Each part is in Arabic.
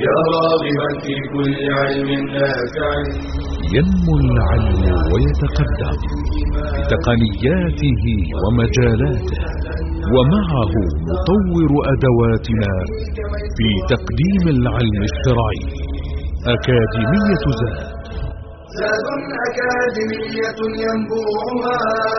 يا راغبا في كل علم نافع. ينمو العلم ويتقدم بتقنياته ومجالاته، ومعه نطور أدواتنا في تقديم العلم الشرعي. أكاديمية زاد أكاديمية ينبوعها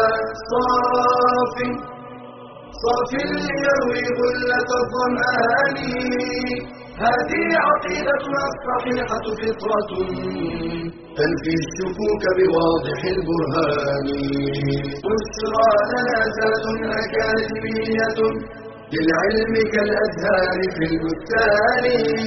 صاف ليروي غلة الظمآن. هذه عقيدتنا الصحيحة فطرة تنفي الشكوك بواضح البرهان. بشرى لنا زاد أكاديمية للعلم كالأزهار في البستان.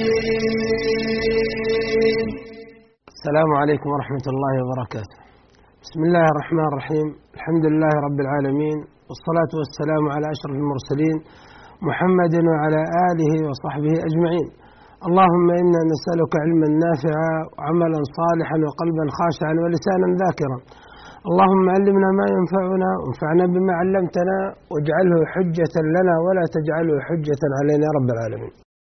السلام عليكم ورحمة الله وبركاته. بسم الله الرحمن الرحيم. الحمد لله رب العالمين، والصلاة والسلام على أشرف المرسلين محمد وعلى آله وصحبه أجمعين. اللهم إنا نسألك علما نافعا وعملا صالحا وقلبا خاشعا ولسانا ذاكرا. اللهم علمنا ما ينفعنا وانفعنا بما علمتنا، واجعله حجة لنا ولا تجعله حجة علينا يا رب العالمين.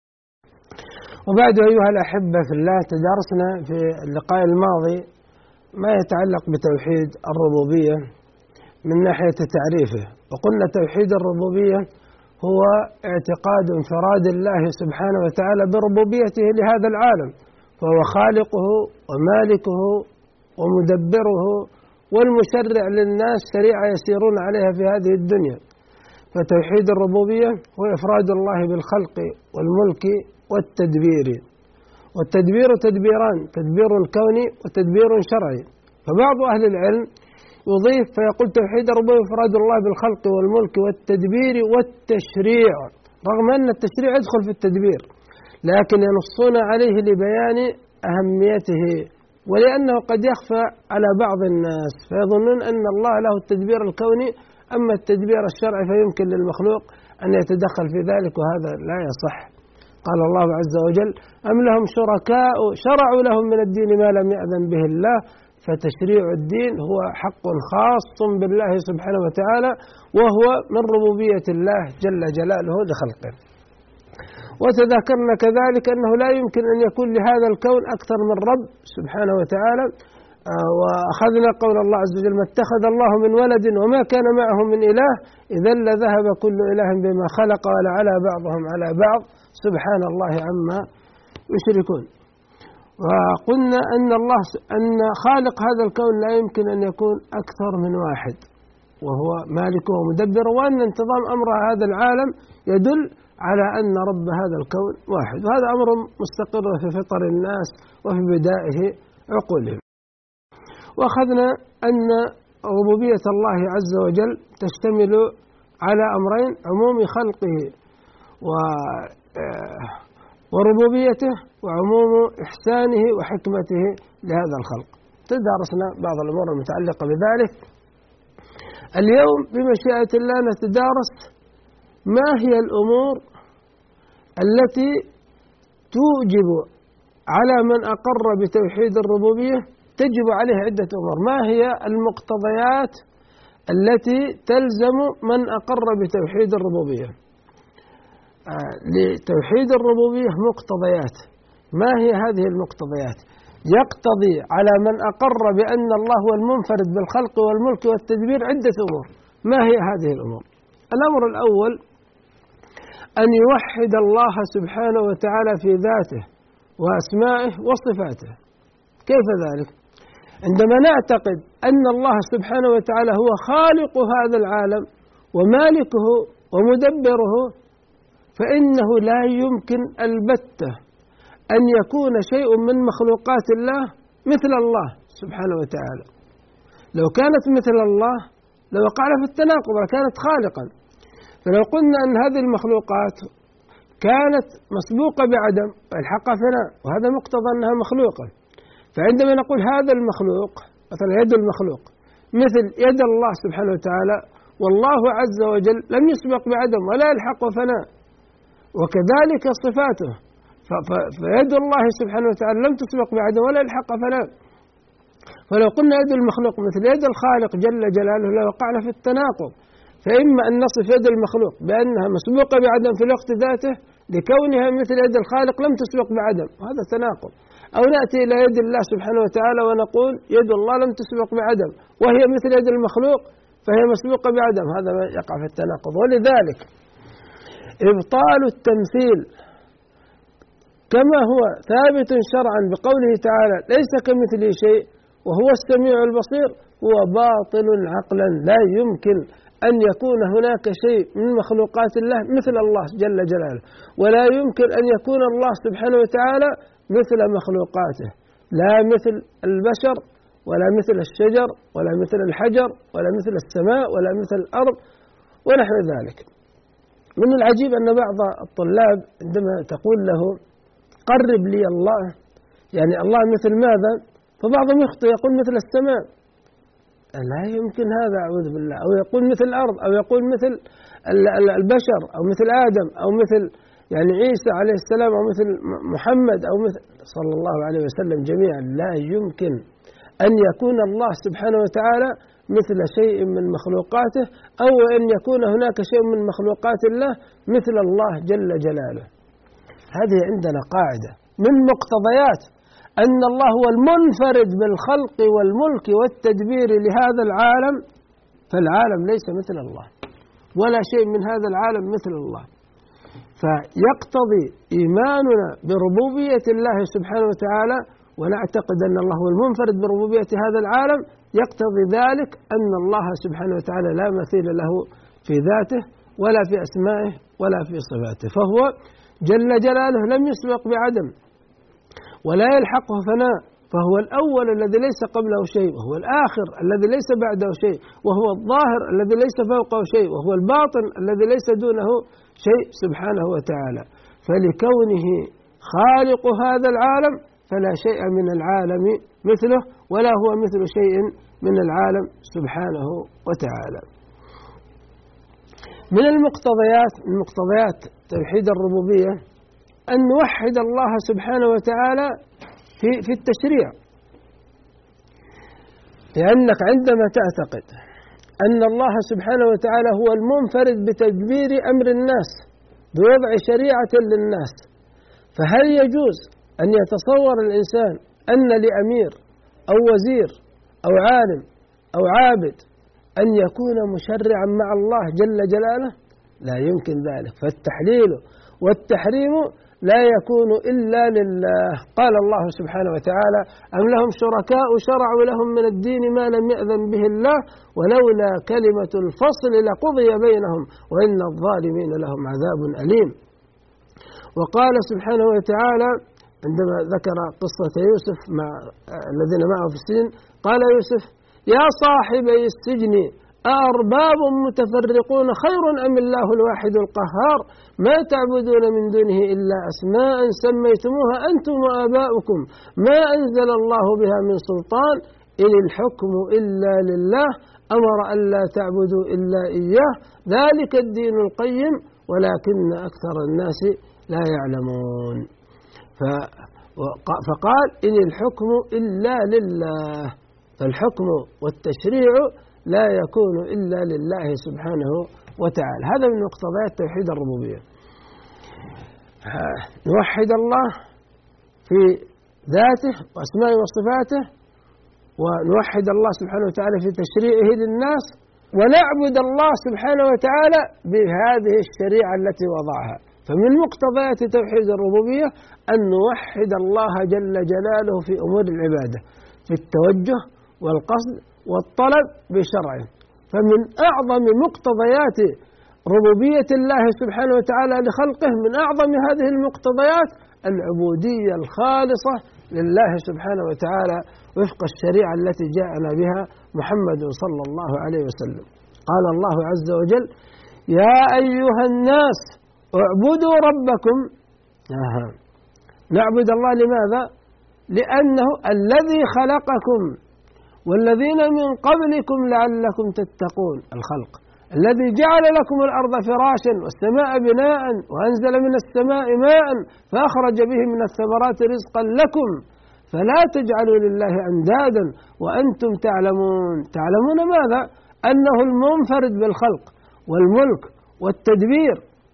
وبعد أيها الأحبة في الله، تدارسنا في اللقاء الماضي ما يتعلق بتوحيد الربوبية من ناحية تعريفه، وقلنا توحيد الربوبية هو اعتقاد انفراد الله سبحانه وتعالى بربوبيته لهذا العالم، فهو خالقه ومالكه ومدبره والمشرع للناس شريعة يسيرون عليها في هذه الدنيا. فتوحيد الربوبية هو إفراد الله بالخلق والملك والتدبير. والتدبير تدبيران، تدبير كوني وتدبير شرعي. فبعض أهل العلم يضيف فيقول توحيد الربوبية إفراد الله بالخلق والملك والتدبير والتشريع، رغم أن التشريع يدخل في التدبير، لكن ينصون عليه لبيان أهميته، ولأنه قد يخفى على بعض الناس فيظنون أن الله له التدبير الكوني، أما التدبير الشرعي فيمكن للمخلوق أن يتدخل في ذلك، وهذا لا يصح. قال الله عز وجل: أم لهم شركاء شرعوا لهم من الدين ما لم يأذن به الله. فتشريع الدين هو حق خاص بالله سبحانه وتعالى، وهو من ربوبية الله جل جلاله لخلقه. وتذكرنا كذلك أنه لا يمكن أن يكون لهذا الكون أكثر من رب سبحانه وتعالى. وأخذنا قول الله عز وجل: ما اتخذ الله من ولد وما كان معه من إله إذا لذهب كل إله بما خلق ولعلى بعضهم على بعض سبحان الله عما يشركون. وقلنا أن خالق هذا الكون لا يمكن أن يكون أكثر من واحد، وهو مالكه ومدبره، وأن انتظام أمر هذا العالم يدل على أن رب هذا الكون واحد، وهذا أمر مستقر في فطر الناس وفي بدائه عقولهم. وأخذنا أن ربوبية الله عز وجل تشتمل على أمرين: عموم خلقه وربوبيته، وعموم إحسانه وحكمته لهذا الخلق. تدارسنا بعض الأمور المتعلقة بذلك. اليوم بمشيئة الله نتدارس ما هي الأمور التي توجب على من أقر بتوحيد الربوبية، تجب عليه عدة أمور. ما هي المقتضيات التي تلزم من أقر بتوحيد الربوبية؟ لتوحيد الربوبية مقتضيات. ما هي هذه المقتضيات؟ يقتضي على من أقر بأن الله هو المنفرد بالخلق والملك والتدبير عدة أمور. ما هي هذه الأمور؟ الأمر الأول أن يوحد الله سبحانه وتعالى في ذاته وأسمائه وصفاته. كيف ذلك؟ عندما نعتقد أن الله سبحانه وتعالى هو خالق هذا العالم ومالكه ومدبره، فإنه لا يمكن البتة أن يكون شيء من مخلوقات الله مثل الله سبحانه وتعالى. لو كانت مثل الله لوقعنا في التناقض وكانت خالقا. فلو قلنا أن هذه المخلوقات كانت مسبوقة بعدم والحق فناء، وهذا مقتضى أنها مخلوقة، فعندما نقول هذا المخلوق مثلا يد المخلوق مثل يد الله سبحانه وتعالى، والله عز وجل لم يسبق بعدم ولا يلحق فناء، وكذلك صفاته، فيد الله سبحانه وتعالى لم تسبق بعدم ولا يلحق فناء. فلو قلنا يد المخلوق مثل يد الخالق جل جلاله لوقعنا في التناقض. فإما أن نصف يد المخلوق بأنها مسبوقة بعدم في الوقت ذاته، لكونها مثل يد الخالق لم تسبق بعدم، وهذا تناقض. أو نأتي إلى يد الله سبحانه وتعالى ونقول يد الله لم تسبق بعدم وهي مثل يد المخلوق فهي مسبوقة بعدم، هذا يقع في التناقض. ولذلك إبطال التمثيل كما هو ثابت شرعا بقوله تعالى ليس كمثله شيء وهو السميع البصير هو باطل عقلا. لا يمكن أن يكون هناك شيء من مخلوقات الله مثل الله جل جلاله، ولا يمكن أن يكون الله سبحانه وتعالى مثل مخلوقاته، لا مثل البشر ولا مثل الشجر ولا مثل الحجر ولا مثل السماء ولا مثل الأرض ونحو ذلك. من العجيب أن بعض الطلاب عندما تقول له قرب لي الله، يعني الله مثل ماذا؟ فبعضهم يخطئ يقول مثل السماء، لا يمكن هذا أعوذ بالله، أو يقول مثل الأرض، أو يقول مثل البشر، أو مثل آدم، أو مثل يعني عيسى عليه السلام، أو مثل محمد، أو مثل صلى الله عليه وسلم جميعا. لا يمكن أن يكون الله سبحانه وتعالى مثل شيء من مخلوقاته، أو أن يكون هناك شيء من مخلوقات الله مثل الله جل جلاله. هذه عندنا قاعدة من مقتضيات أن الله هو المنفرد بالخلق والملك والتدبير لهذا العالم، فالعالم ليس مثل الله ولا شيء من هذا العالم مثل الله. فيقتضي إيماننا بربوبية الله سبحانه وتعالى ونعتقد أن الله هو المنفرد بربوبية هذا العالم، يقتضي ذلك أن الله سبحانه وتعالى لا مثيل له في ذاته ولا في أسمائه ولا في صفاته، فهو جل جلاله لم يسبق بعدم ولا يلحقه فناء، فهو الأول الذي ليس قبله شيء، وهو الآخر الذي ليس بعده شيء، وهو الظاهر الذي ليس فوقه شيء، وهو الباطن الذي ليس دونه شيء سبحانه وتعالى. فلكونه خالق هذا العالم فلا شيء من العالم مثله ولا هو مثل شيء من العالم سبحانه وتعالى. من المقتضيات من مقتضيات توحيد الربوبية أن نوحد الله سبحانه وتعالى في التشريع، لأنك عندما تعتقد أن الله سبحانه وتعالى هو المنفرد بتدبير أمر الناس بوضع شريعة للناس، فهل يجوز أن يتصور الإنسان أن لأمير أو وزير أو عالم أو عابد أن يكون مشرعا مع الله جل جلاله؟ لا يمكن ذلك. فالتحليل والتحريم لا يكون إلا لله. قال الله سبحانه وتعالى أم لهم شركاء شرعوا لهم من الدين ما لم يأذن به الله ولولا كلمة الفصل لقضي بينهم وإن الظالمين لهم عذاب أليم. وقال سبحانه وتعالى عندما ذكر قصة يوسف مع الذين معه في السجن قال يوسف يا صاحبي السجن أأرباب متفرقون خير أم الله الواحد القهار ما تعبدون من دونه إلا أسماء سميتموها أنتم وآباؤكم ما أنزل الله بها من سلطان إن الحكم إلا لله أمر أن لا تعبدوا إلا إياه ذلك الدين القيم ولكن أكثر الناس لا يعلمون. فقال إن الحكم إلا لله، فالحكم والتشريع لا يكون إلا لله سبحانه وتعالى. هذا من مقتضيات توحيد الربوبية. نوحد الله في ذاته وأسمائه وصفاته، ونوحد الله سبحانه وتعالى في تشريعه للناس، ونعبد الله سبحانه وتعالى بهذه الشريعة التي وضعها. فمن مقتضيات توحيد الربوبية أن نوحد الله جل جلاله في أمور العبادة، في التوجه والقصد والطلب بشرعه. فمن أعظم مقتضيات ربوبية الله سبحانه وتعالى لخلقه من أعظم هذه المقتضيات العبودية الخالصة لله سبحانه وتعالى وفق الشريعة التي جاءنا بها محمد صلى الله عليه وسلم. قال الله عز وجل يا أيها الناس اعبدوا ربكم. نعبد الله لماذا؟ لأنه الذي خلقكم والذين من قبلكم لعلكم تتقون. الخلق الذي جعل لكم الأرض فراشا والسماء بناء وأنزل من السماء ماء فأخرج به من الثمرات رزقا لكم فلا تجعلوا لله أندادا وأنتم تعلمون. تعلمون ماذا؟ أنه المنفرد بالخلق والملك والتدبير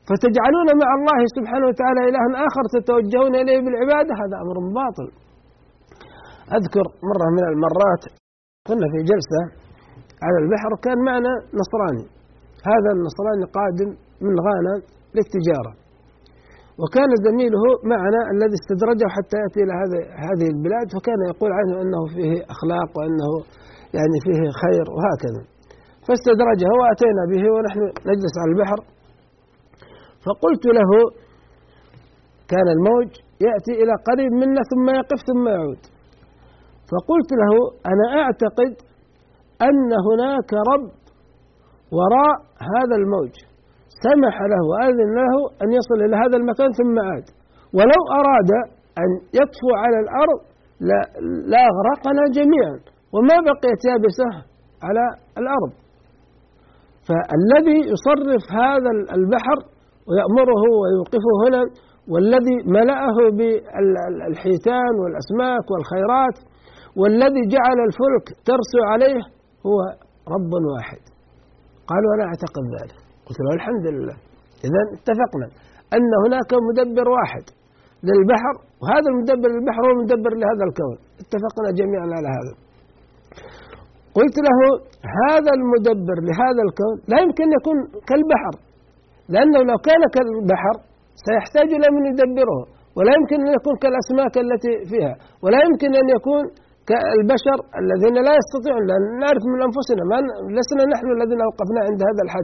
فتجعلون مع الله سبحانه وتعالى إلها آخر تتوجهون إليه بالعبادة، هذا أمر باطل. أذكر مرة من المرات كنا في جلسة على البحر، كان معنا نصراني، هذا النصراني قادم من غانا للتجارة، وكان زميله معنا الذي استدرجه حتى يأتي إلى هذه البلاد، فكان يقول عنه أنه فيه أخلاق وأنه يعني فيه خير وهكذا، فاستدرجه وأتينا به ونحن نجلس على البحر، فقلت له، كان الموج يأتي إلى قريب منا ثم يقف ثم يعود، فقلت له أنا أعتقد أن هناك رب وراء هذا الموج سمح له وأذن له أن يصل إلى هذا المكان ثم عاد، ولو أراد أن يطفو على الأرض لا أغرقنا جميعا وما بقيت يابسة على الأرض. فالذي يصرف هذا البحر ويأمره ويوقفه هنا، والذي ملأه بالحيتان والأسماك والخيرات، والذي جعل الفلك ترسو عليه هو رب واحد. قالوا أنا أعتقد ذلك. قلت له الحمد لله، إذن اتفقنا أن هناك مدبر واحد للبحر، وهذا المدبر للبحر هو مدبر لهذا الكون، اتفقنا جميعا على هذا. قلت له هذا المدبر لهذا الكون لا يمكن أن يكون كالبحر، لأنه لو كان كالبحر سيحتاج إلى من يدبره، ولا يمكن أن يكون كالأسماك التي فيها، ولا يمكن أن يكون كالبشر الذين لا يستطيعون، لأن نعرف من أنفسنا لسنا نحن الذين أوقفنا عند هذا الحد.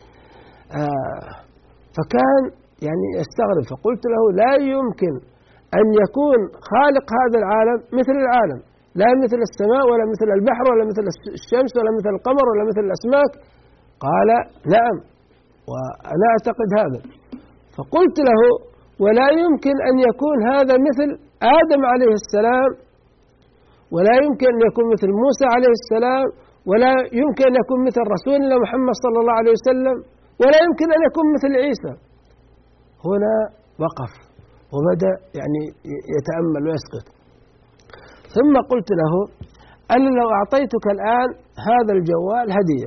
فكان يعني يستغرب، فقلت له لا يمكن أن يكون خالق هذا العالم مثل العالم، لا مثل السماء ولا مثل البحر ولا مثل الشمس ولا مثل القمر ولا مثل الأسماك. قال نعم وأنا أعتقد هذا. فقلت له ولا يمكن أن يكون هذا مثل آدم عليه السلام، ولا يمكن أن يكون مثل موسى عليه السلام، ولا يمكن أن يكون مثل رسولنا محمد صلى الله عليه وسلم، ولا يمكن أن يكون مثل عيسى. هنا وقف وبدأ يعني يتأمل ويسقط. ثم قلت له أنا لو أعطيتك الآن هذا الجوال هدية،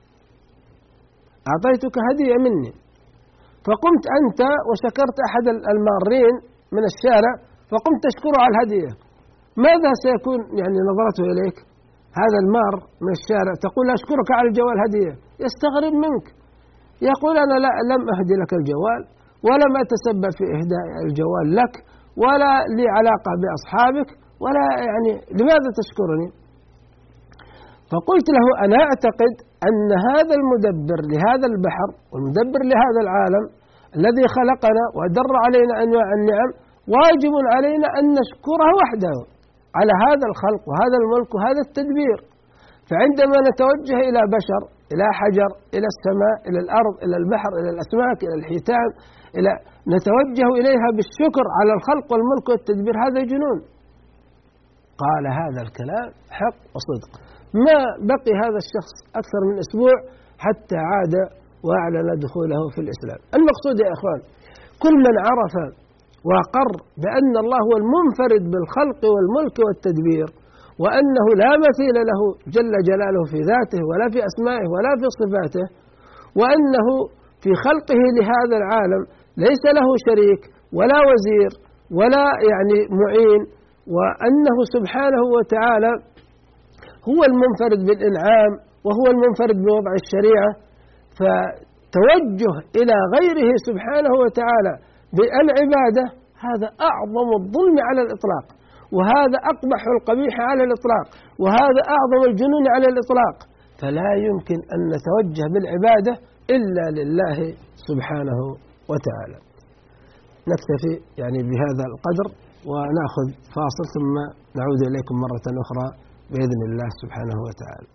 أعطيتك هدية مني، فقمت أنت وشكرت أحد المارين من الشارع فقمت تشكره على الهدية، ماذا سيكون يعني نظرته إليك؟ هذا المار من الشارع تقول أشكرك على الجوال هدية، يستغرب منك، يقول أنا لم أهدي لك الجوال ولم أتسبب في إهداء الجوال لك ولا لي علاقة بأصحابك، ولا يعني لماذا تشكرني؟ فقلت له أنا أعتقد أن هذا المدبر لهذا البحر والمدبر لهذا العالم الذي خلقنا ودر علينا أنواع النعم واجب علينا أن نشكره وحده على هذا الخلق وهذا الملك وهذا التدبير. فعندما نتوجه إلى بشر، إلى حجر، إلى السماء، إلى الأرض، إلى البحر، إلى الأسماك، إلى الحيتان، نتوجه إليها بالشكر على الخلق والملك والتدبير، هذا جنون. قال هذا الكلام حق وصدق. ما بقي هذا الشخص أكثر من أسبوع حتى عاد وأعلن دخوله في الإسلام. المقصود يا إخوان، كل من عرف وأقر بأن الله هو المنفرد بالخلق والملك والتدبير، وأنه لا مثيل له جل جلاله في ذاته ولا في أسمائه ولا في صفاته، وأنه في خلقه لهذا العالم ليس له شريك ولا وزير ولا يعني معين، وأنه سبحانه وتعالى هو المنفرد بالإنعام وهو المنفرد بوضع الشريعة، فتوجه إلى غيره سبحانه وتعالى بالعبادة هذا أعظم الظلم على الإطلاق، وهذا أقبح القبيح على الإطلاق، وهذا أعظم الجنون على الإطلاق. فلا يمكن أن نتوجه بالعبادة إلا لله سبحانه وتعالى. نكتفي يعني بهذا القدر ونأخذ فاصل ثم نعود إليكم مرة أخرى بإذن الله سبحانه وتعالى.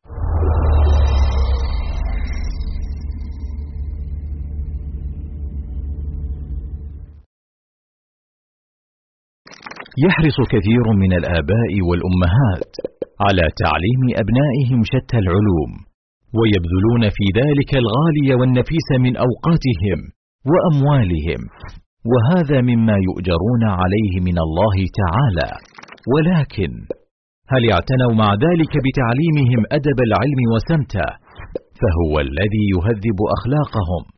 يحرص كثير من الآباء والأمهات على تعليم أبنائهم شتى العلوم، ويبذلون في ذلك الغالي والنفيس من أوقاتهم وأموالهم، وهذا مما يؤجرون عليه من الله تعالى. ولكن هل اعتنوا مع ذلك بتعليمهم أدب العلم وسمته؟ فهو الذي يهذب أخلاقهم،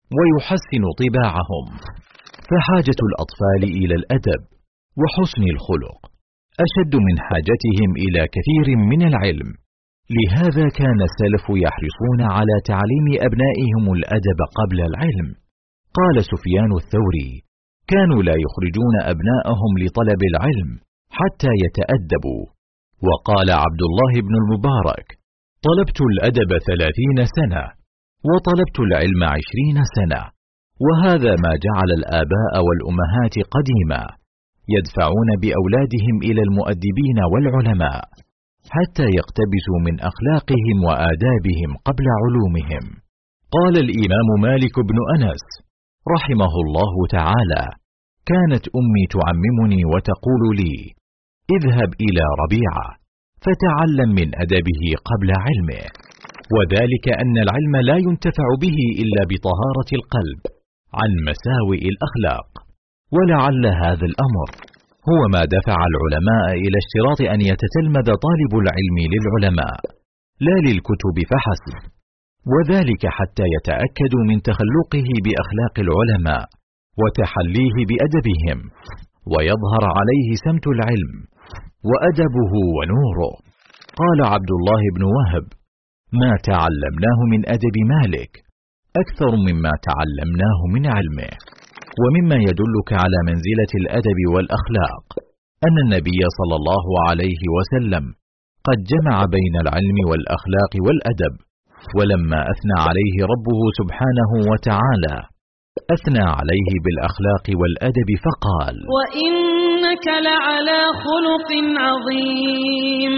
ويحسن طباعهم. فحاجة الأطفال إلى الأدب وحسن الخلق أشد من حاجتهم إلى كثير من العلم. لهذا كان السلف يحرصون على تعليم أبنائهم الأدب قبل العلم. قال سفيان الثوري: كانوا لا يخرجون أبناءهم لطلب العلم حتى يتأدبوا. وقال عبد الله بن المبارك: طلبت الأدب 30 سنة وطلبت العلم 20 سنة. وهذا ما جعل الآباء والأمهات قديما يدفعون بأولادهم إلى المؤدبين والعلماء حتى يقتبسوا من أخلاقهم وآدابهم قبل علومهم. قال الإمام مالك بن أنس رحمه الله تعالى: كانت أمي تعممني وتقول لي: اذهب إلى ربيعة فتعلم من أدبه قبل علمه. وذلك أن العلم لا ينتفع به إلا بطهارة القلب عن مساوئ الأخلاق. ولعل هذا الأمر هو ما دفع العلماء إلى اشتراط أن يتتلمذ طالب العلم للعلماء لا للكتب فحسب، وذلك حتى يتأكدوا من تخلقه بأخلاق العلماء وتحليه بأدبهم، ويظهر عليه سمت العلم وأدبه ونوره. قال عبد الله بن وهب: ما تعلمناه من أدب مالك أكثر مما تعلمناه من علمه. ومما يدلك على منزلة الأدب والأخلاق أن النبي صلى الله عليه وسلم قد جمع بين العلم والأخلاق والأدب. ولما أثنى عليه ربه سبحانه وتعالى أثنى عليه بالأخلاق والأدب فقال: وإنك لعلى خلق عظيم.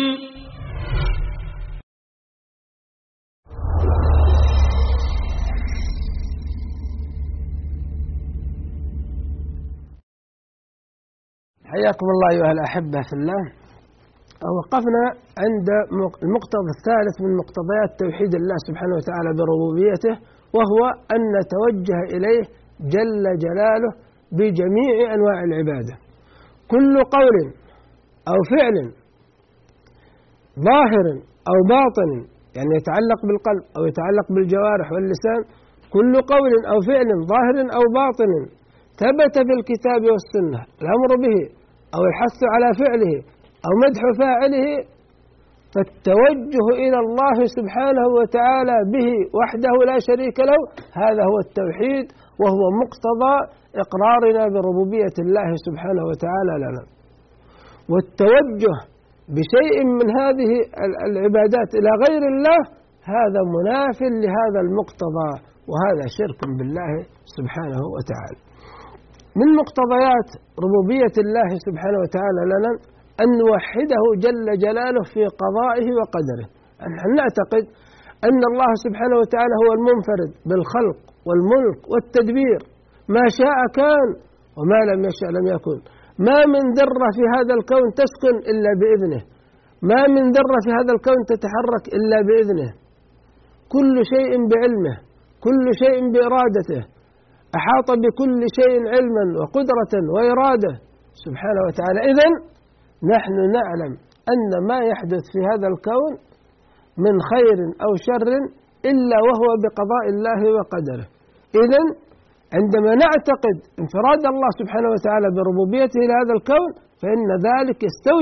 حياكم الله أيها الأحبة في الله. وقفنا عند المقتضى الثالث من مقتضيات توحيد الله سبحانه وتعالى بربوبيته، وهو أن نتوجه إليه جل جلاله بجميع أنواع العبادة. كل قول أو فعل ظاهر أو باطن، يعني يتعلق بالقلب أو يتعلق بالجوارح واللسان، كل قول أو فعل ظاهر أو باطن ثبت في الكتاب والسنة الأمر به أو الحث على فعله أو مدح فاعله، فالتوجه إلى الله سبحانه وتعالى به وحده لا شريك له، هذا هو التوحيد، وهو مقتضى إقرارنا بربوبية الله سبحانه وتعالى لنا. والتوجه بشيء من هذه العبادات إلى غير الله هذا مناف لهذا المقتضى، وهذا شرك بالله سبحانه وتعالى. من مقتضيات ربوبية الله سبحانه وتعالى لنا أن نوحده جل جلاله في قضائه وقدره. نحن نعتقد أن الله سبحانه وتعالى هو المنفرد بالخلق والملك والتدبير، ما شاء كان وما لم يشاء لم يكن. ما من ذرة في هذا الكون تسكن إلا بإذنه، ما من ذرة في هذا الكون تتحرك إلا بإذنه، كل شيء بعلمه، كل شيء بإرادته، أحاط بكل شيء علما وقدرة وإرادة سبحانه وتعالى. إذن نحن نعلم أن ما يحدث في هذا الكون من خير أو شر إلا وهو بقضاء الله وقدره. إذن عندما نعتقد انفراد الله سبحانه وتعالى بربوبيته لهذا الكون، فإن ذلك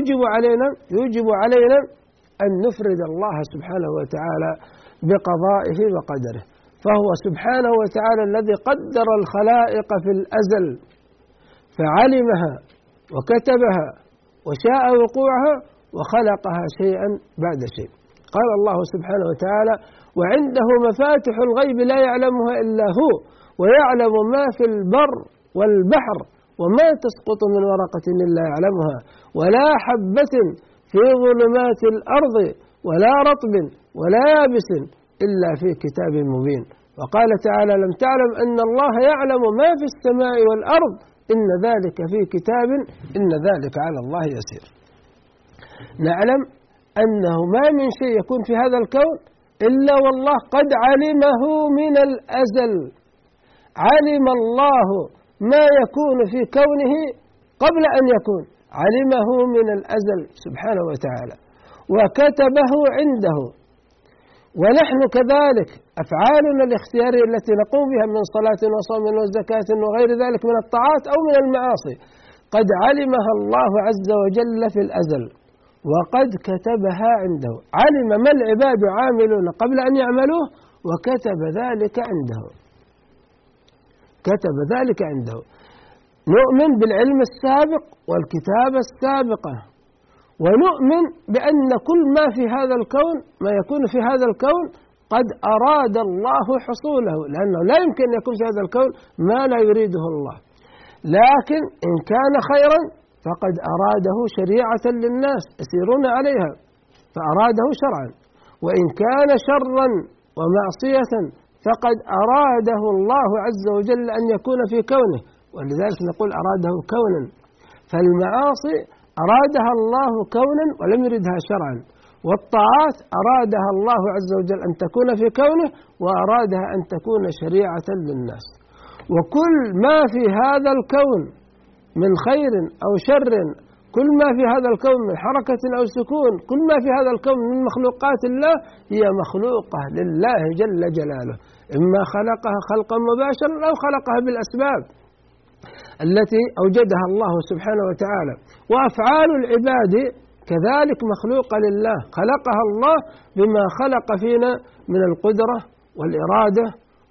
يوجب علينا أن نفرد الله سبحانه وتعالى بقضائه وقدره. فهو سبحانه وتعالى الذي قدر الخلائق في الأزل فعلمها وكتبها وشاء وقوعها وخلقها شيئا بعد شيء. قال الله سبحانه وتعالى: وعنده مفاتح الغيب لا يعلمها إلا هو ويعلم ما في البر والبحر وما تسقط من ورقة إلا يعلمها ولا حبة في ظلمات الأرض ولا رطب ولا يابس إلا في كتاب مبين. وقال تعالى: لم تعلم أن الله يعلم ما في السماء والأرض إن ذلك في كتاب إن ذلك على الله يسير. نعلم أنه ما من شيء يكون في هذا الكون إلا والله قد علمه من الأزل. علم الله ما يكون في كونه قبل أن يكون، علمه من الأزل سبحانه وتعالى وكتبه عنده. ونحن كذلك أفعالنا الاختيارية التي نقوم بها من صلاة وصوم وزكاة وغير ذلك من الطاعات أو من المعاصي قد علمها الله عز وجل في الأزل وقد كتبها عنده. علم ما العباد عاملون قبل أن يعملوه وكتب ذلك عنده. كتب ذلك عنده. نؤمن بالعلم السابق والكتابة السابقة، ونؤمن بأن كل ما في هذا الكون، ما يكون في هذا الكون قد أراد الله حصوله، لأنه لا يمكن أن يكون في هذا الكون ما لا يريده الله. لكن إن كان خيرا فقد أراده شريعة للناس يسيرون عليها فأراده شرعا، وإن كان شرا ومعصية فقد أراده الله عز وجل أن يكون في كونه، ولذلك نقول أراده كونا. فالمعاصي أرادها الله كونا ولم يردها شرعا، والطاعات أرادها الله عز وجل أن تكون في كونه وأرادها أن تكون شريعة للناس. وكل ما في هذا الكون من خير أو شر، كل ما في هذا الكون من حركة أو سكون، كل ما في هذا الكون من مخلوقات الله هي مخلوقة لله جل جلاله، إما خلقها خلقا مباشرا أو خلقها بالأسباب التي أوجدها الله سبحانه وتعالى. وأفعال العباد كذلك مخلوقة لله، خلقها الله بما خلق فينا من القدرة والإرادة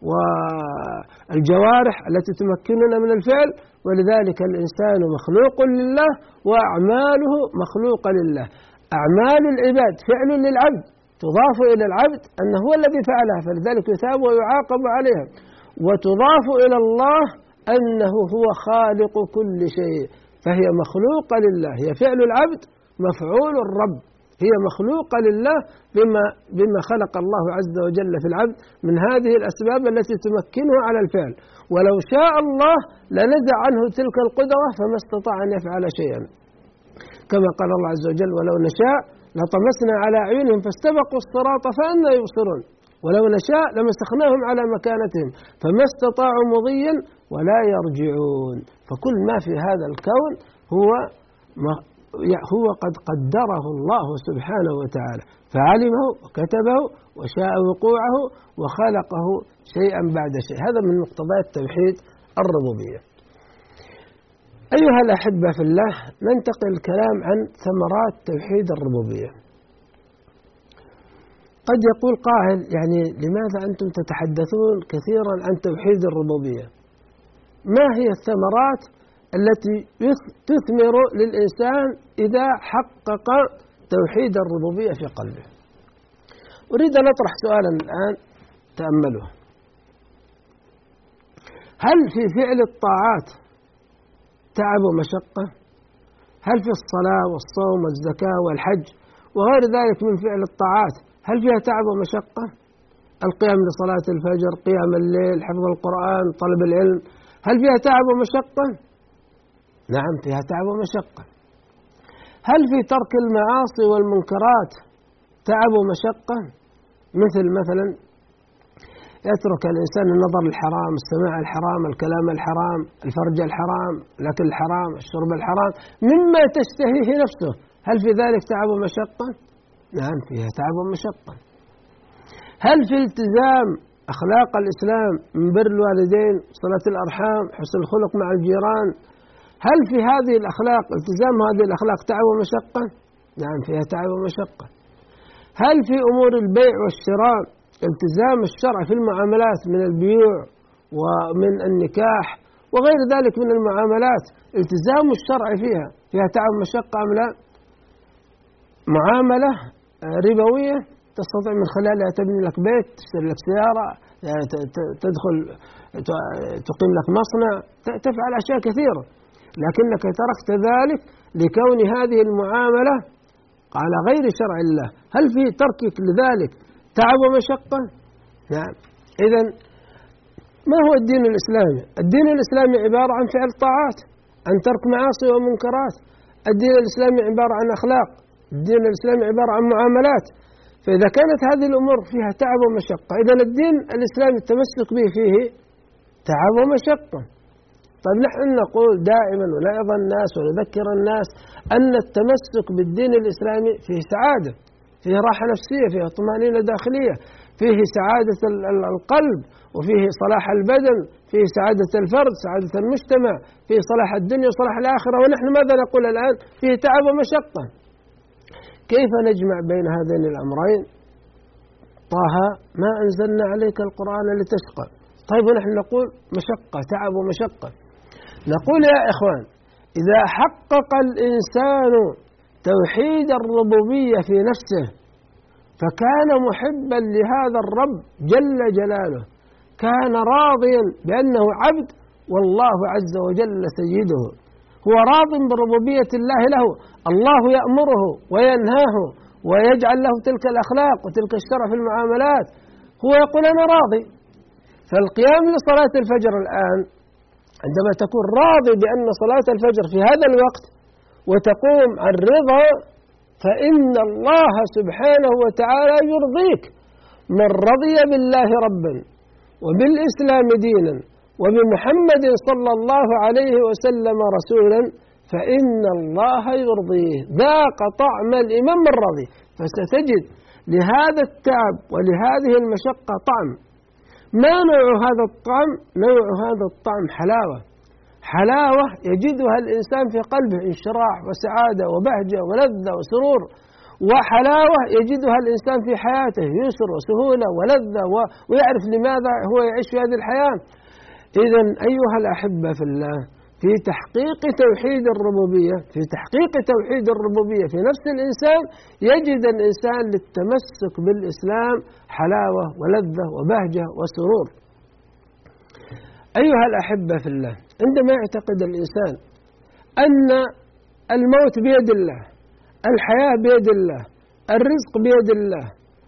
والجوارح التي تمكننا من الفعل. ولذلك الإنسان مخلوق لله وأعماله مخلوقة لله. أعمال العباد فعل للعبد تضاف إلى العبد أنه هو الذي فعلها، فلذلك يثاب ويعاقب عليها. وتضاف إلى الله أنه هو خالق كل شيء، فهي مخلوقة لله، هي فعل العبد مفعول الرب، هي مخلوقة لله بما خلق الله عز وجل في العبد من هذه الأسباب التي تمكنه على الفعل. ولو شاء الله لنزع عنه تلك القدرة فما استطاع أن يفعل شيئا، كما قال الله عز وجل: ولو نشاء لطمسنا على أعينهم فاستبقوا الصراط فأنى يبصرون، ولو نشاء لمسخناهم على مكانتهم فما استطاعوا مضيا ولا يرجعون. فكل ما في هذا الكون هو قد قدره الله سبحانه وتعالى، فعلمه وكتبه وشاء وقوعه وخلقه شيئا بعد شيء. هذا من مقتضيات توحيد الربوبية. أيها الأحبة في الله، ننتقل الكلام عن ثمرات توحيد الربوبية. قد يقول قائل: يعني لماذا أنتم تتحدثون كثيرا عن توحيد الربوبية؟ ما هي الثمرات التي تثمر للإنسان إذا حقق توحيد الربوبية في قلبه؟ أريد أن أطرح سؤالا الآن تأمله: هل في فعل الطاعات تعب ومشقة؟ هل في الصلاة والصوم والزكاة والحج وغير ذلك من فعل الطاعات هل فيها تعب ومشقة؟ القيام لصلاة الفجر، قيام الليل، حفظ القرآن، طلب العلم، هل فيها تعب ومشقة؟ نعم، فيها تعب ومشقة. هل في ترك المعاصي والمنكرات تعب ومشقة؟ مثلا يترك الإنسان النظر الحرام، السماع الحرام، الكلام الحرام، الفرج الحرام، الأكل الحرام، الشرب الحرام، مما تشتهيه نفسه، هل في ذلك تعب ومشقة؟ نعم، فيها تعب ومشقة. هل في التزام أخلاق الإسلام من بر الوالدين، صلة الأرحام، حسن الخلق مع الجيران، هل في هذه الأخلاق، التزام هذه الأخلاق، تعب ومشقة؟ نعم، فيها تعب ومشقة. هل في أمور البيع والشراء التزام الشرع في المعاملات من البيوع ومن النكاح وغير ذلك من المعاملات، التزام الشرع فيها تعب ومشقة أم لا؟ معاملة ربوية تستطيع من خلالها تبني لك بيت، تشتري لك سيارة، تدخل تقيم لك مصنع، تفعل أشياء كثيرة، لكنك تركت ذلك لكون هذه المعاملة على غير شرع الله. هل في تركك لذلك تعب ومشقة؟ نعم. إذن ما هو الدين الإسلامي؟ الدين الإسلامي عبارة عن فعل طاعات، عن ترك معاصي ومنكرات. الدين الإسلامي عبارة عن أخلاق، الدين الإسلامي عبارة عن معاملات. فإذا كانت هذه الأمور فيها تعب ومشقة، إذن الدين الإسلامي التمسك به فيه تعب ومشقة. طيب نحن نقول دائما ونعظ الناس ونذكر الناس أن التمسك بالدين الإسلامي فيه سعادة، فيه راحة نفسية، فيه طمأنينة داخلية، فيه سعادة القلب، وفيه صلاح البدن، فيه سعادة الفرد، سعادة المجتمع، فيه صلاح الدنيا وصلاح الآخرة. ونحن ماذا نقول الآن؟ فيه تعب ومشقة. كيف نجمع بين هذين الأمرين؟ طه ما أنزلنا عليك القرآن لتشقى. طيب ونحن نقول مشقة، تعب ومشقة. نقول يا إخوان، إذا حقق الإنسان توحيد الربوبية في نفسه فكان محبا لهذا الرب جل جلاله، كان راضيا بأنه عبد والله عز وجل سيده، هو راض بربوبية الله له، الله يأمره وينهاه ويجعل له تلك الأخلاق وتلك الشرف في المعاملات، هو يقول أنا راضي. فالقيام لصلاة الفجر الآن عندما تكون راضي بأن صلاة الفجر في هذا الوقت وتقوم عن رضا، فإن الله سبحانه وتعالى يرضيك. من رضي بالله ربا وبالإسلام دينا وبمحمد صلى الله عليه وسلم رسولا فإن الله يرضيه. ذاق طعم الإمام الرضي. فستجد لهذا التعب ولهذه المشقة طعم. ما نوع هذا الطعم؟ نوع هذا الطعم حلاوة، حلاوة يجدها الإنسان في قلبه، انشراح وسعادة وبهجة ولذة وسرور، وحلاوة يجدها الإنسان في حياته، يسر وسهولة ولذة ويعرف لماذا هو يعيش في هذه الحياة. إذن أيها الأحبة في الله، في تحقيق توحيد الربوبية، في تحقيق توحيد الربوبية في نفس الإنسان يجد الإنسان للتمسك بالإسلام حلاوة ولذة وبهجة وسرور. أيها الأحبة في الله، عندما يعتقد الإنسان أن الموت بيد الله، الحياة بيد الله، الرزق بيد الله،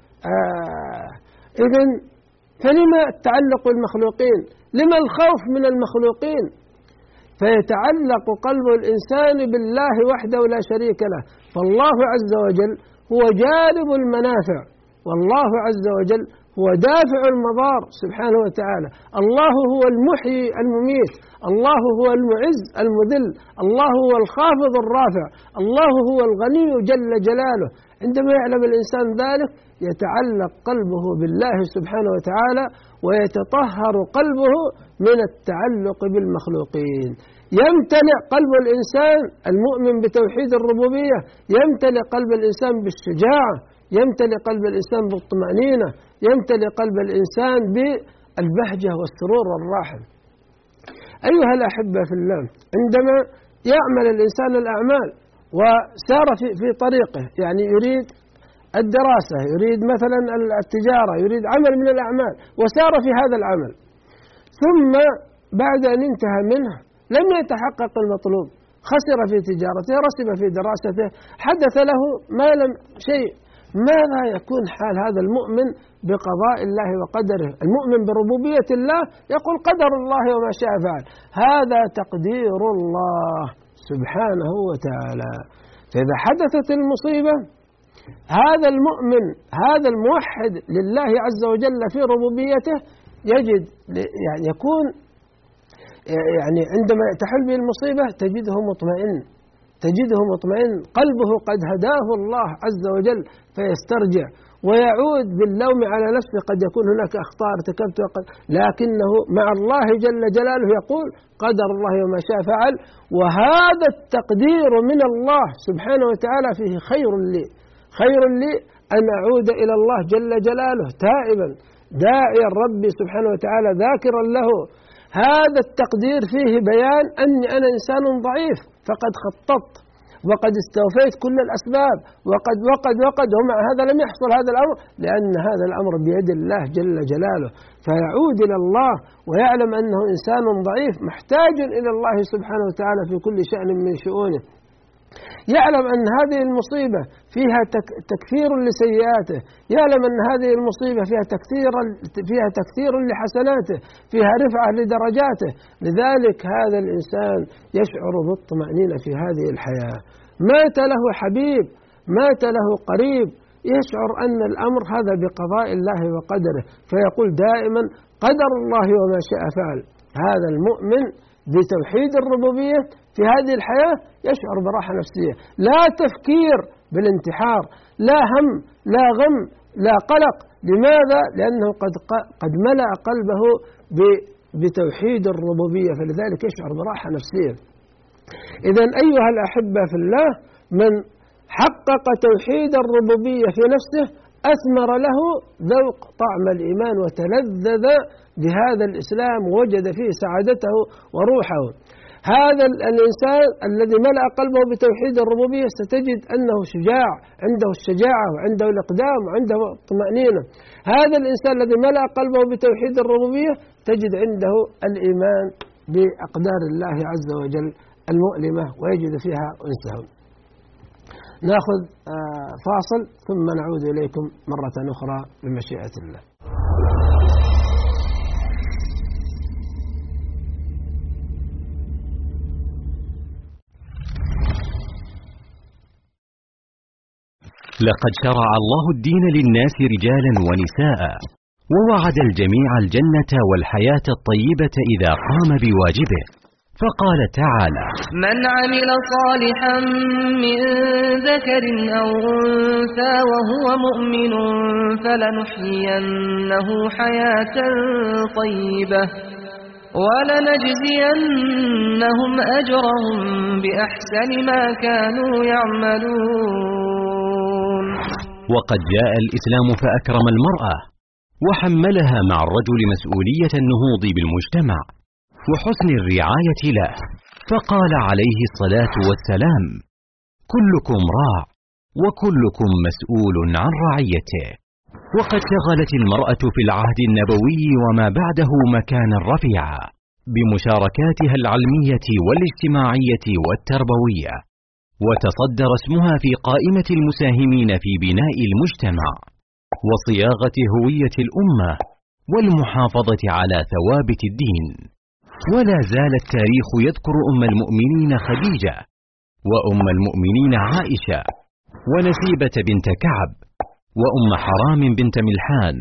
إذن فلما التعلق بالمخلوقين؟ لما الخوف من المخلوقين؟ فيتعلق قلب الإنسان بالله وحده لا شريك له. فالله عز وجل هو جالب المنافع، والله عز وجل هو دافع المضار سبحانه وتعالى. الله هو المحيي المميت، الله هو المعز المذل، الله هو الخافض الرافع، الله هو الغني جل جلاله. عندما يعلم الإنسان ذلك يتعلق قلبه بالله سبحانه وتعالى ويتطهر قلبه من التعلق بالمخلوقين. يمتلئ قلب الإنسان المؤمن بتوحيد الربوبية، يمتلئ قلب الإنسان بالشجاعة، يمتلئ قلب الإنسان بالطمأنينة، يمتلئ قلب الإنسان بالبهجة والسرور والراحة. أيها الأحبة في الله، عندما يعمل الإنسان الأعمال وسار في طريقه، يعني يريد الدراسة، يريد مثلا التجارة، يريد عمل من الأعمال وسار في هذا العمل، ثم بعد أن انتهى منه لم يتحقق المطلوب، خسر في تجارته، رسب في دراسته، حدث له ما لم شيء. ماذا يكون حال هذا المؤمن بقضاء الله وقدره؟ المؤمن بربوبية الله يقول قدر الله وما شاء فعل، هذا تقدير الله سبحانه وتعالى. فإذا حدثت المصيبة هذا المؤمن، هذا الموحد لله عز وجل في ربوبيته يجد يعني يكون يعني عندما تحل به المصيبة تجده مطمئن، قلبه قد هداه الله عز وجل فيسترجع ويعود باللوم على نفسه. قد يكون هناك أخطاء ارتكبت لكنه مع الله جل جلاله يقول قدر الله وما شاء فعل، وهذا التقدير من الله سبحانه وتعالى فيه خير لي أن أعود إلى الله جل جلاله تائبا داعيا ربي سبحانه وتعالى ذاكرا له. هذا التقدير فيه بيان أني أنا إنسان ضعيف، فقد خططت وقد استوفيت كل الأسباب وقد ومع هذا لم يحصل هذا الأمر، لأن هذا الأمر بيد الله جل جلاله. فيعود إلى الله ويعلم أنه إنسان ضعيف محتاج إلى الله سبحانه وتعالى في كل شأن من شؤونه. يعلم أن هذه المصيبة فيها تكثير لسيئاته، يعلم أن هذه المصيبة فيها تكثير لحسناته، فيها رفعة لدرجاته. لذلك هذا الإنسان يشعر بالطمأنينة في هذه الحياة. مات له حبيب، مات له قريب، يشعر أن الأمر هذا بقضاء الله وقدره، فيقول دائما قدر الله وما شاء فعل. هذا المؤمن بتوحيد الربوبية في هذه الحياة يشعر براحة نفسية، لا تفكير بالانتحار، لا هم، لا غم، لا قلق. لماذا؟ لأنه قد ملأ قلبه بتوحيد الربوبية، فلذلك يشعر براحة نفسية. إذن أيها الأحبة في الله، من حقق توحيد الربوبية في نفسه أثمر له ذوق طعم الإيمان وتلذذ بهذا الإسلام ووجد فيه سعادته وروحه. هذا الإنسان الذي ملأ قلبه بتوحيد الربوبية ستجد أنه شجاع، عنده الشجاعة وعنده الإقدام وعنده الطمأنينة. هذا الإنسان الذي ملأ قلبه بتوحيد الربوبية تجد عنده الإيمان بأقدار الله عز وجل المؤلمة ويجد فيها أنسه. نأخذ فاصل ثم نعود إليكم مرة أخرى بمشيئة الله. لقد شرع الله الدين للناس رجالا ونساء، ووعد الجميع الجنة والحياة الطيبة إذا قام بواجبه، فقال تعالى: من عمل صالحا من ذكر أو أنثى وهو مؤمن فلنحيينه حياة طيبة ولنجزينهم أجرهم بأحسن ما كانوا يعملون. وقد جاء الإسلام فأكرم المرأة وحملها مع الرجل مسؤولية النهوض بالمجتمع وحسن الرعاية له، فقال عليه الصلاة والسلام: كلكم راع وكلكم مسؤول عن رعيته. وقد شغلت المرأة في العهد النبوي وما بعده مكانا رفيعا بمشاركاتها العلمية والاجتماعية والتربوية، وتصدر اسمها في قائمة المساهمين في بناء المجتمع وصياغة هوية الأمة والمحافظة على ثوابت الدين. ولا زال التاريخ يذكر أم المؤمنين خديجة، وأم المؤمنين عائشة، ونسيبة بنت كعب، وأم حرام بنت ملحان،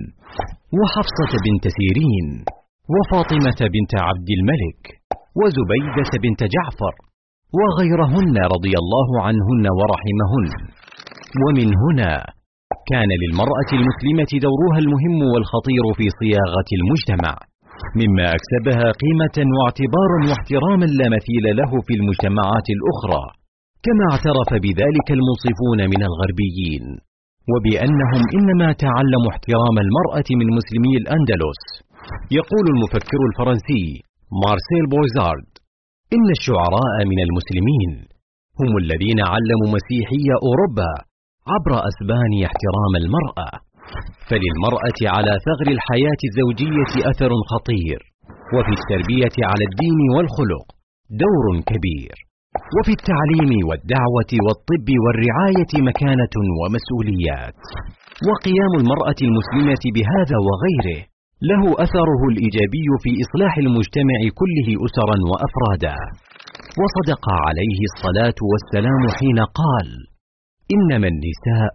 وحفصة بنت سيرين، وفاطمة بنت عبد الملك، وزبيدة بنت جعفر، وغيرهن رضي الله عنهن ورحمهن. ومن هنا كان للمرأة المسلمة دورها المهم والخطير في صياغة المجتمع، مما أكسبها قيمة واعتبارا واحتراما لا مثيل له في المجتمعات الأخرى، كما اعترف بذلك المنصفون من الغربيين، وبأنهم إنما تعلموا احترام المرأة من مسلمي الأندلس. يقول المفكر الفرنسي مارسيل بوزارد: إن الشعراء من المسلمين هم الذين علموا مسيحي أوروبا عبر أسبان احترام المرأة. فللمرأة على ثغر الحياة الزوجية أثر خطير، وفي التربية على الدين والخلق دور كبير، وفي التعليم والدعوة والطب والرعاية مكانة ومسؤوليات. وقيام المرأة المسلمة بهذا وغيره له أثره الإيجابي في إصلاح المجتمع كله أسرا وأفرادا. وصدق عليه الصلاة والسلام حين قال: إنما النساء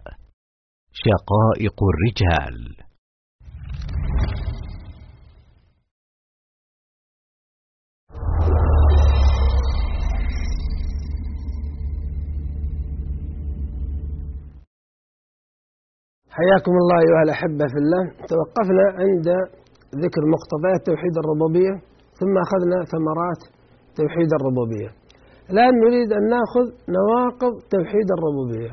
شقائق الرجال. حياكم الله أيها الأحبة في الله. توقفنا عند ذكر مقتضيات توحيد الربوبية، ثم أخذنا ثمرات توحيد الربوبية. الآن نريد أن نأخذ نواقض توحيد الربوبية.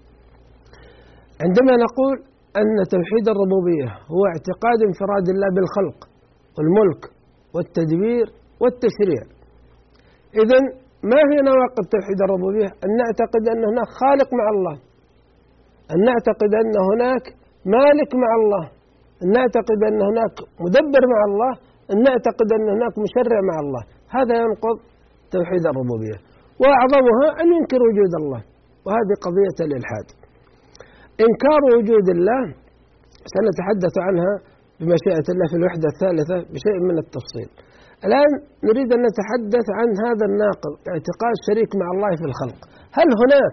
عندما نقول أن توحيد الربوبية هو اعتقاد انفراد الله بالخلق والملك والتدبير والتشريع، إذن ما هي نواقض توحيد الربوبية؟ أن نعتقد أن هناك خالق مع الله، أن نعتقد أن هناك مالك مع الله، أن نعتقد أن هناك مدبر مع الله، أن نعتقد أن هناك مشرع مع الله. هذا ينقض توحيد الربوبية، وأعظمها أن ينكر وجود الله، وهذه قضية الإلحاد. إنكار وجود الله سنتحدث عنها بمشيئة الله في الوحدة الثالثة بشيء من التفصيل. الآن نريد أن نتحدث عن هذا الناقض، اعتقاد شريك مع الله في الخلق. هل هناك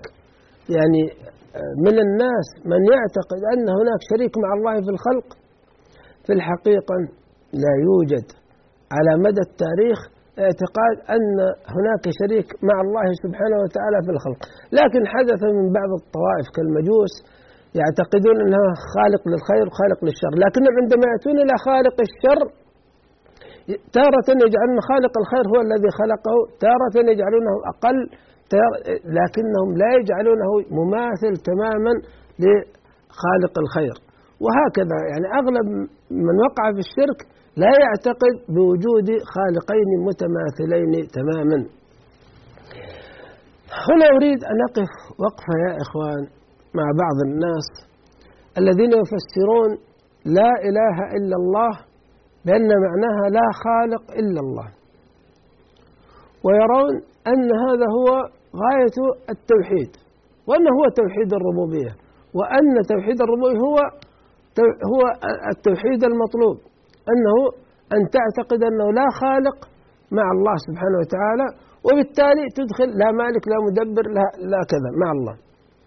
من الناس من يعتقد أن هناك شريك مع الله في الخلق؟ في الحقيقة لا يوجد على مدى التاريخ اعتقاد أن هناك شريك مع الله سبحانه وتعالى في الخلق، لكن حدث من بعض الطوائف كالمجوس يعتقدون أنه خالق للخير وخالق للشر، لكنهم عندما يأتون إلى خالق الشر تارة يجعلون خالق الخير هو الذي خلقه، تارة يجعلونه أقل، لكنهم لا يجعلونه مماثل تماما لخالق الخير. وهكذا يعني أغلب من وقع في الشرك لا يعتقد بوجود خالقين متماثلين تماما. هنا أريد أن أقف وقفة يا إخوان مع بعض الناس الذين يفسرون لا إله إلا الله بأن معناها لا خالق إلا الله، ويرون أن هذا هو غاية التوحيد، وأنه هو توحيد الربوبية، وأن توحيد الربوبية هو التوحيد المطلوب، أنه أن تعتقد أنه لا خالق مع الله سبحانه وتعالى، وبالتالي تدخل لا مالك لا مدبر لا كذا مع الله.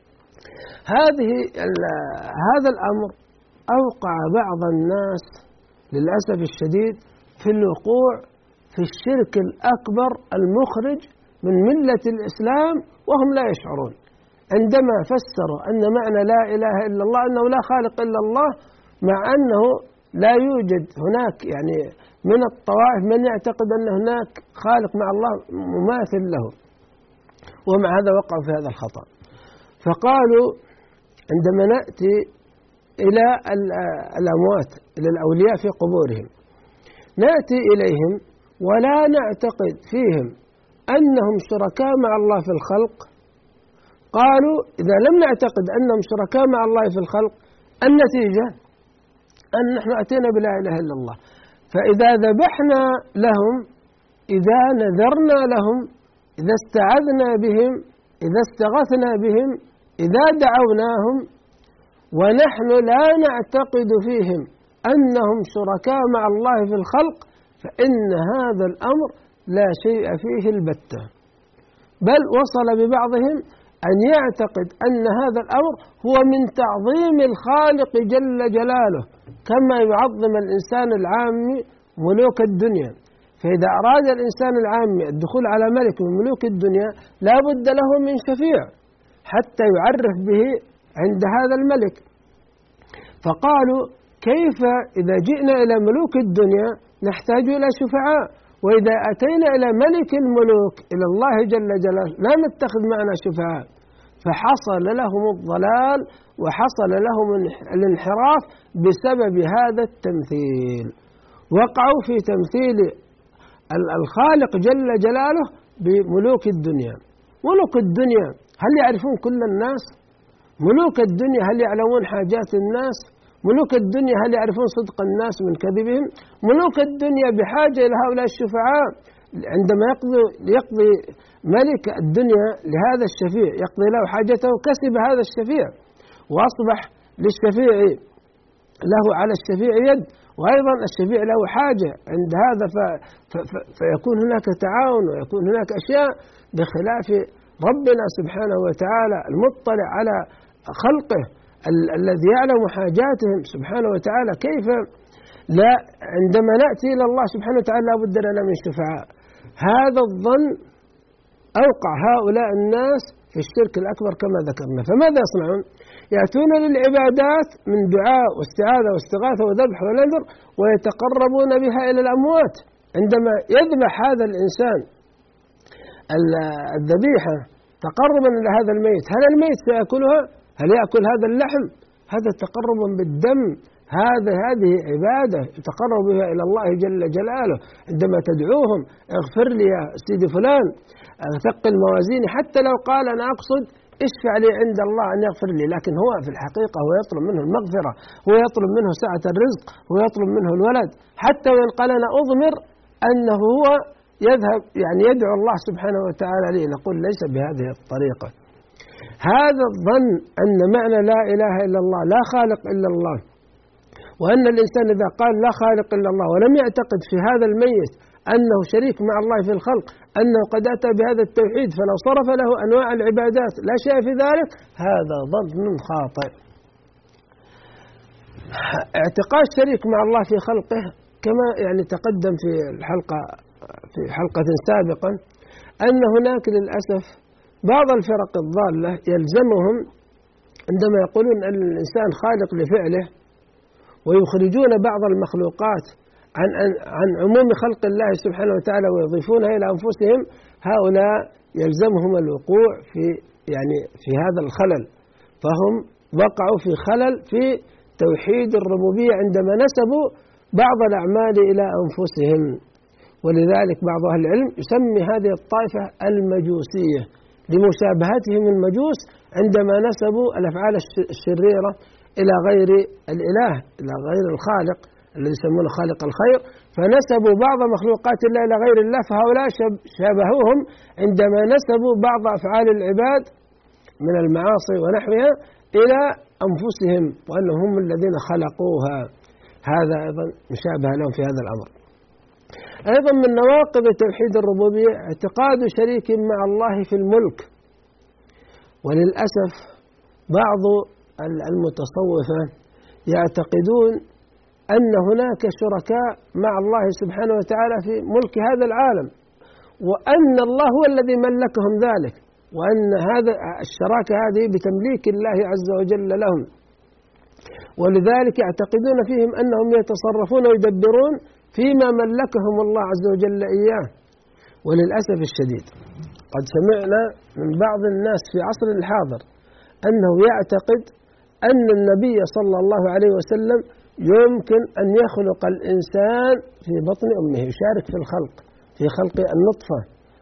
هذا الأمر أوقع بعض الناس للأسف الشديد في الوقوع في الشرك الأكبر المخرج من ملة الإسلام وهم لا يشعرون، عندما فسروا أن معنى لا إله إلا الله أنه لا خالق إلا الله، مع أنه لا يوجد هناك يعني من الطوائف من يعتقد أن هناك خالق مع الله مماثل له، ومع هذا وقعوا في هذا الخطأ. فقالوا عندما نأتي إلى الأموات، إلى الأولياء في قبورهم، نأتي إليهم ولا نعتقد فيهم أنهم شركاء مع الله في الخلق. قالوا إذا لم نعتقد أنهم شركاء مع الله في الخلق، النتيجة أن نحن أتينا بلا إله إلا الله. فإذا ذبحنا لهم، إذا نذرنا لهم، إذا استعذنا بهم، إذا استغثنا بهم، إذا دعوناهم ونحن لا نعتقد فيهم أنهم شركاء مع الله في الخلق، فإن هذا الأمر لا شيء فيه البتة، بل وصل ببعضهم أن يعتقد أن هذا الأمر هو من تعظيم الخالق جل جلاله، كما يعظم الإنسان العامي ملوك الدنيا. فإذا أراد الإنسان العامي الدخول على ملك من ملوك الدنيا لا بد له من شفيع حتى يعرف به عند هذا الملك. فقالوا كيف إذا جئنا إلى ملوك الدنيا نحتاج إلى شفعاء، وإذا أتينا إلى ملك الملوك إلى الله جل جلاله لا نتخذ معنا شفعاء. فحصل لهم الضلال وحصل لهم الانحراف بسبب هذا التمثيل، وقعوا في تمثيل الخالق جل جلاله بملوك الدنيا. ملوك الدنيا هل يعرفون كل الناس؟ ملوك الدنيا هل يعلمون حاجات الناس؟ ملوك الدنيا هل يعرفون صدق الناس من كذبهم؟ ملوك الدنيا بحاجة إلى هؤلاء الشفعاء. عندما يقضي ملك الدنيا لهذا الشفيع، يقضي له حاجته، كسب هذا الشفيع وأصبح للشفيع له على الشفيع يد، وأيضا الشفيع له حاجة عند هذا، فيكون هناك تعاون ويكون هناك أشياء، بخلاف ربنا سبحانه وتعالى المطلع على خلقه الذي يعلم حاجاتهم سبحانه وتعالى. كيف لا عندما نأتي إلى الله سبحانه وتعالى لا بد لنا من شفعاء؟ هذا الظن أوقع هؤلاء الناس في الشرك الأكبر كما ذكرنا. فماذا يصنعون؟ يأتون للعبادات من دعاء واستعاذة واستغاثة وذبح ونذر، ويتقربون بها إلى الأموات. عندما يذبح هذا الإنسان الذبيحة تقربا إلى هذا الميت، هل الميت سيأكلها؟ هل يأكل هذا اللحم؟ هذا تقرب بالدم، هذه عبادة يتقرب بها إلى الله جل جلاله. عندما تدعوهم اغفر لي يا سيدي فلان، ثقل موازيني، حتى لو قال أنا أقصد اشفع لي عند الله أن يغفر لي، لكن هو في الحقيقة هو يطلب منه المغفرة، هو يطلب منه سعة الرزق، هو يطلب منه الولد. حتى وإن قال أنا أضمر أنه هو يذهب يعني يدعو الله سبحانه وتعالى لي، نقول ليس بهذه الطريقة. هذا الظن أن معنى لا إله إلا الله لا خالق إلا الله، وأن الإنسان إذا قال لا خالق إلا الله ولم يعتقد في هذا الميت أنه شريك مع الله في الخلق، أنه قد أتى بهذا التوحيد فلو صرف له أنواع العبادات لا شيء في ذلك، هذا ظن خاطئ. اعتقاد شريك مع الله في خلقه كما يعني تقدم في حلقة سابقا، أن هناك للأسف بعض الفرق الضالة يلزمهم عندما يقولون أن الإنسان خالق لفعله ويخرجون بعض المخلوقات عن عموم خلق الله سبحانه وتعالى ويضيفونها إلى أنفسهم، هؤلاء يلزمهم الوقوع في هذا الخلل، فهم وقعوا في خلل في توحيد الربوبية عندما نسبوا بعض الأعمال إلى أنفسهم. ولذلك بعض أهل العلم يسمي هذه الطائفة المجوسية لمشابهتهم المجوس عندما نسبوا الأفعال الشريرة إلى غير الإله، إلى غير الخالق الذي يسمونه خالق الخير، فنسبوا بعض مخلوقات الله إلى غير الله، فهؤلاء شابهوهم عندما نسبوا بعض أفعال العباد من المعاصي ونحوها إلى أنفسهم وأنهم هم الذين خلقوها. هذا أيضا مشابه لهم في هذا الأمر. أيضا من نواقض توحيد الربوبية اعتقاد شريك مع الله في الملك. وللأسف بعض المتصوفة يعتقدون أن هناك شركاء مع الله سبحانه وتعالى في ملك هذا العالم، وأن الله هو الذي ملكهم ذلك، وأن هذا الشراكة هذه بتمليك الله عز وجل لهم، ولذلك يعتقدون فيهم أنهم يتصرفون ويدبرون فيما ملكهم الله عز وجل إياه. وللأسف الشديد قد سمعنا من بعض الناس في عصر الحاضر أنه يعتقد أن النبي صلى الله عليه وسلم يمكن أن يخلق الإنسان في بطن أمه، يشارك في الخلق، في خلق النطفة،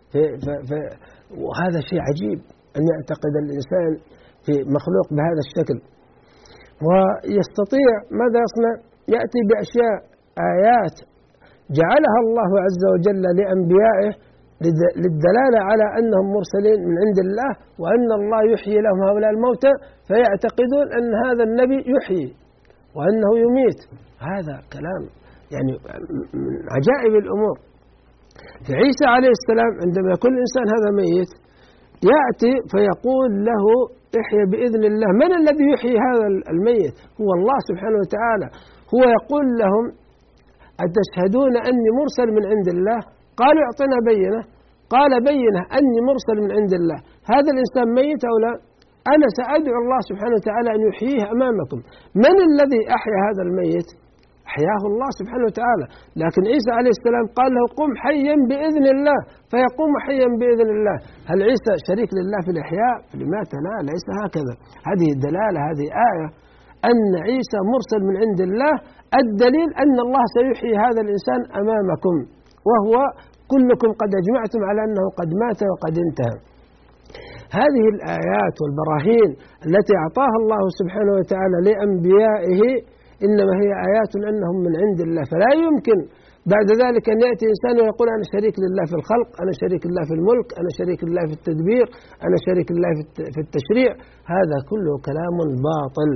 وهذا شيء عجيب أن يعتقد الإنسان في مخلوق بهذا الشكل. ويستطيع ماذا يصنع؟ يأتي بأشياء آيات جعلها الله عز وجل لأنبيائه للدلالة على أنهم مرسلين من عند الله، وأن الله يحيي لهم هؤلاء الموتى، فيعتقدون أن هذا النبي يحيي وأنه يميت. هذا كلام من عجائب الأمور. في عيسى عليه السلام عندما يكون الإنسان هذا ميت يأتي فيقول له احيا بإذن الله. من الذي يحيي هذا الميت؟ هو الله سبحانه وتعالى. هو يقول لهم أتشهدون أني مرسل من عند الله؟ قالوا اعطنا بينة. قال بينة أني مرسل من عند الله. هذا الإنسان ميت أو لا؟ أنا سأدعو الله سبحانه وتعالى أن يحييه أمامكم. من الذي أحيا هذا الميت؟ أحياه الله سبحانه وتعالى. لكن عيسى عليه السلام قال له قم حيا بإذن الله، فيقوم حيا بإذن الله. هل عيسى شريك لله في الإحياء؟ لماذا لا؟ ليس هكذا. هذه الدلالة، هذه آية أن عيسى مرسل من عند الله. الدليل أن الله سيحيي هذا الإنسان أمامكم، وهو كلكم قد أجمعتم على أنه قد مات وقد انتهى. هذه الآيات والبراهين التي أعطاها الله سبحانه وتعالى لأنبيائه إنما هي آيات أنهم من عند الله، فلا يمكن بعد ذلك أن يأتي إنسان ويقول أنا شريك لله في الخلق، أنا شريك لله في الملك، أنا شريك لله في التدبير، أنا شريك لله في التشريع. هذا كله كلام باطل.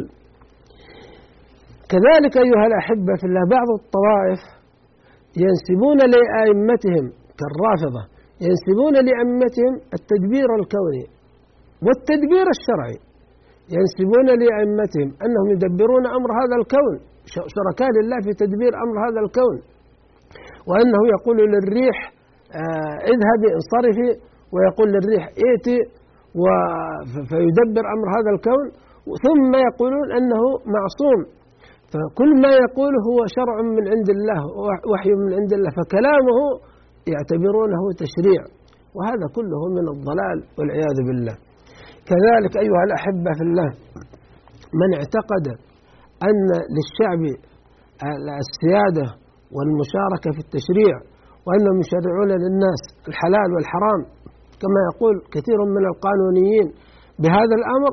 كذلك أيها الأحبة في الله بعض الطوائف ينسبون لأئمتهم كالرافضة، ينسبون لأئمتهم التدبير الكوني والتدبير الشرعي، ينسبون لأئمتهم أنهم يدبرون أمر هذا الكون، شركاء لله في تدبير أمر هذا الكون، وأنه يقول للريح اذهبي انصرفي، ويقول للريح ائتي، فيدبر أمر هذا الكون، ثم يقولون أنه معصوم، فكل ما يقوله هو شرع من عند الله، وحي من عند الله، فكلامه يعتبرونه تشريع، وهذا كله من الضلال والعياذ بالله. كذلك أيها الأحبة في الله من اعتقد أن للشعب السيادة والمشاركة في التشريع، وأنهم يشرعون للناس الحلال والحرام كما يقول كثير من القانونيين بهذا الأمر،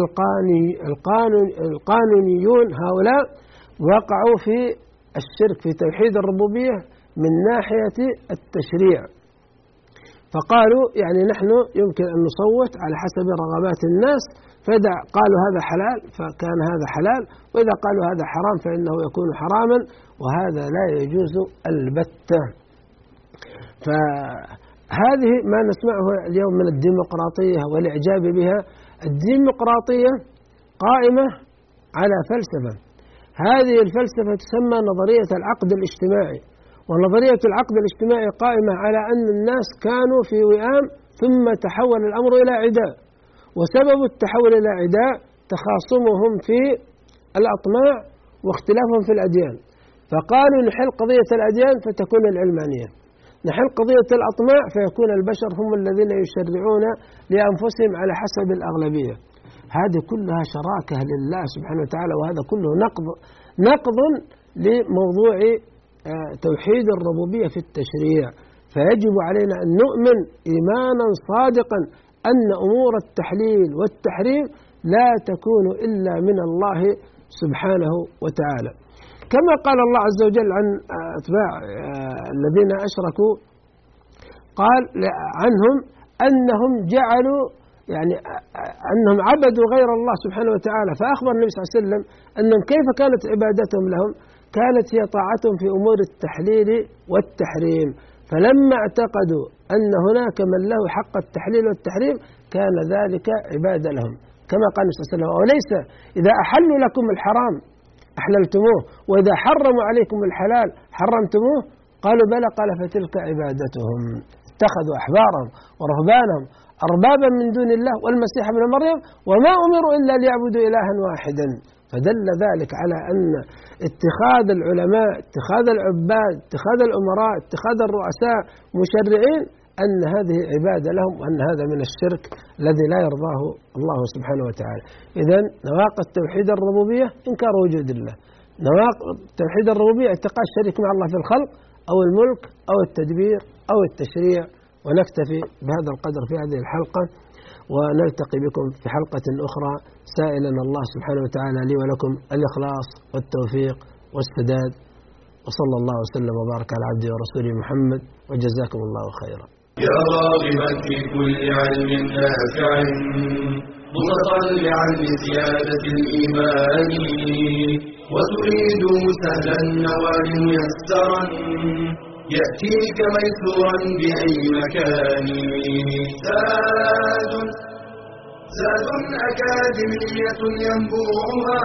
فالقانونيون هؤلاء وقعوا في الشرك في توحيد الربوبية من ناحية التشريع، فقالوا يعني نحن يمكن أن نصوت على حسب رغبات الناس، فإذا قالوا هذا حلال فكان هذا حلال، وإذا قالوا هذا حرام فإنه يكون حراما، وهذا لا يجوز البتة. فهذه ما نسمعه اليوم من الديمقراطية والإعجاب بها. الديمقراطية قائمة على فلسفة، هذه الفلسفة تسمى نظرية العقد الاجتماعي، ونظرية العقد الاجتماعي قائمة على أن الناس كانوا في وئام ثم تحول الأمر إلى عداء، وسبب التحول إلى عداء تخاصمهم في الأطماع واختلافهم في الأديان، فقالوا نحل قضية الأديان فتكون العلمانية، نحل قضية الأطماع فيكون البشر هم الذين يشرعون لأنفسهم على حسب الأغلبية. هذه كلها شراكة لله سبحانه وتعالى، وهذا كله نقض لموضوع توحيد الربوبية في التشريع. فيجب علينا أن نؤمن إيمانا صادقا أن أمور التحليل والتحريم لا تكون إلا من الله سبحانه وتعالى. كما قال الله عز وجل عن أتباع الذين أشركوا، قال عنهم أنهم جعلوا يعني أنهم عبدوا غير الله سبحانه وتعالى، فأخبر النبي صلى الله عليه وسلم أنهم كيف كانت عبادتهم لهم، كانت هي طاعتهم في أمور التحليل والتحريم. فلما اعتقدوا أن هناك من له حق التحليل والتحريم كان ذلك عبادة لهم، كما قال النبي صلى الله عليه وسلم: وليس إذا أحلوا لكم الحرام أحللتموه وإذا حرموا عليكم الحلال حرمتموه، قالوا بلى، قال فتلك عبادتهم. اتخذوا أحبارهم ورهبانهم أربابا من دون الله والمسيح ابن مريم وما أمروا إلا ليعبدوا إلها واحدا. فدل ذلك على أن اتخاذ العلماء، اتخاذ العباد، اتخاذ الأمراء، اتخاذ الرؤساء مشرعين أن هذه عبادة لهم، وأن هذا من الشرك الذي لا يرضاه الله سبحانه وتعالى. إذن نواقض توحيد الربوبية إنكار وجود الله، نواقض توحيد الربوبية اعتقاد الشريك مع الله في الخلق أو الملك أو التدبير أو التشريع. ونكتفي بهذا القدر في هذه الحلقة، ونلتقي بكم في حلقة أخرى، سائلا الله سبحانه وتعالى لي ولكم الإخلاص والتوفيق والسداد، وصلى الله وسلم وبارك على عبده ورسوله محمد، وجزاكم الله خيرا. يا راغبا في كل علم نافع متطلعا لزيادة الإيمان، وتريد سهلا النوال ميسرا يأتيك ميسورا بأي مكان. زاد أكاديمية ينبوعها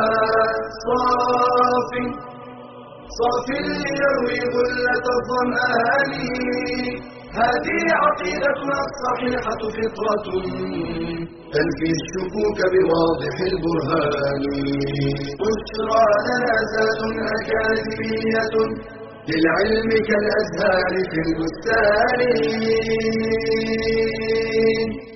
صاف ليروي غلة الظمآن. هذه عقيدتنا الصحيحة فطرة تنفي الشكوك بواضح البرهان. بشرى لنا زاد أكاديمية للعلم كالأزهار في البستان.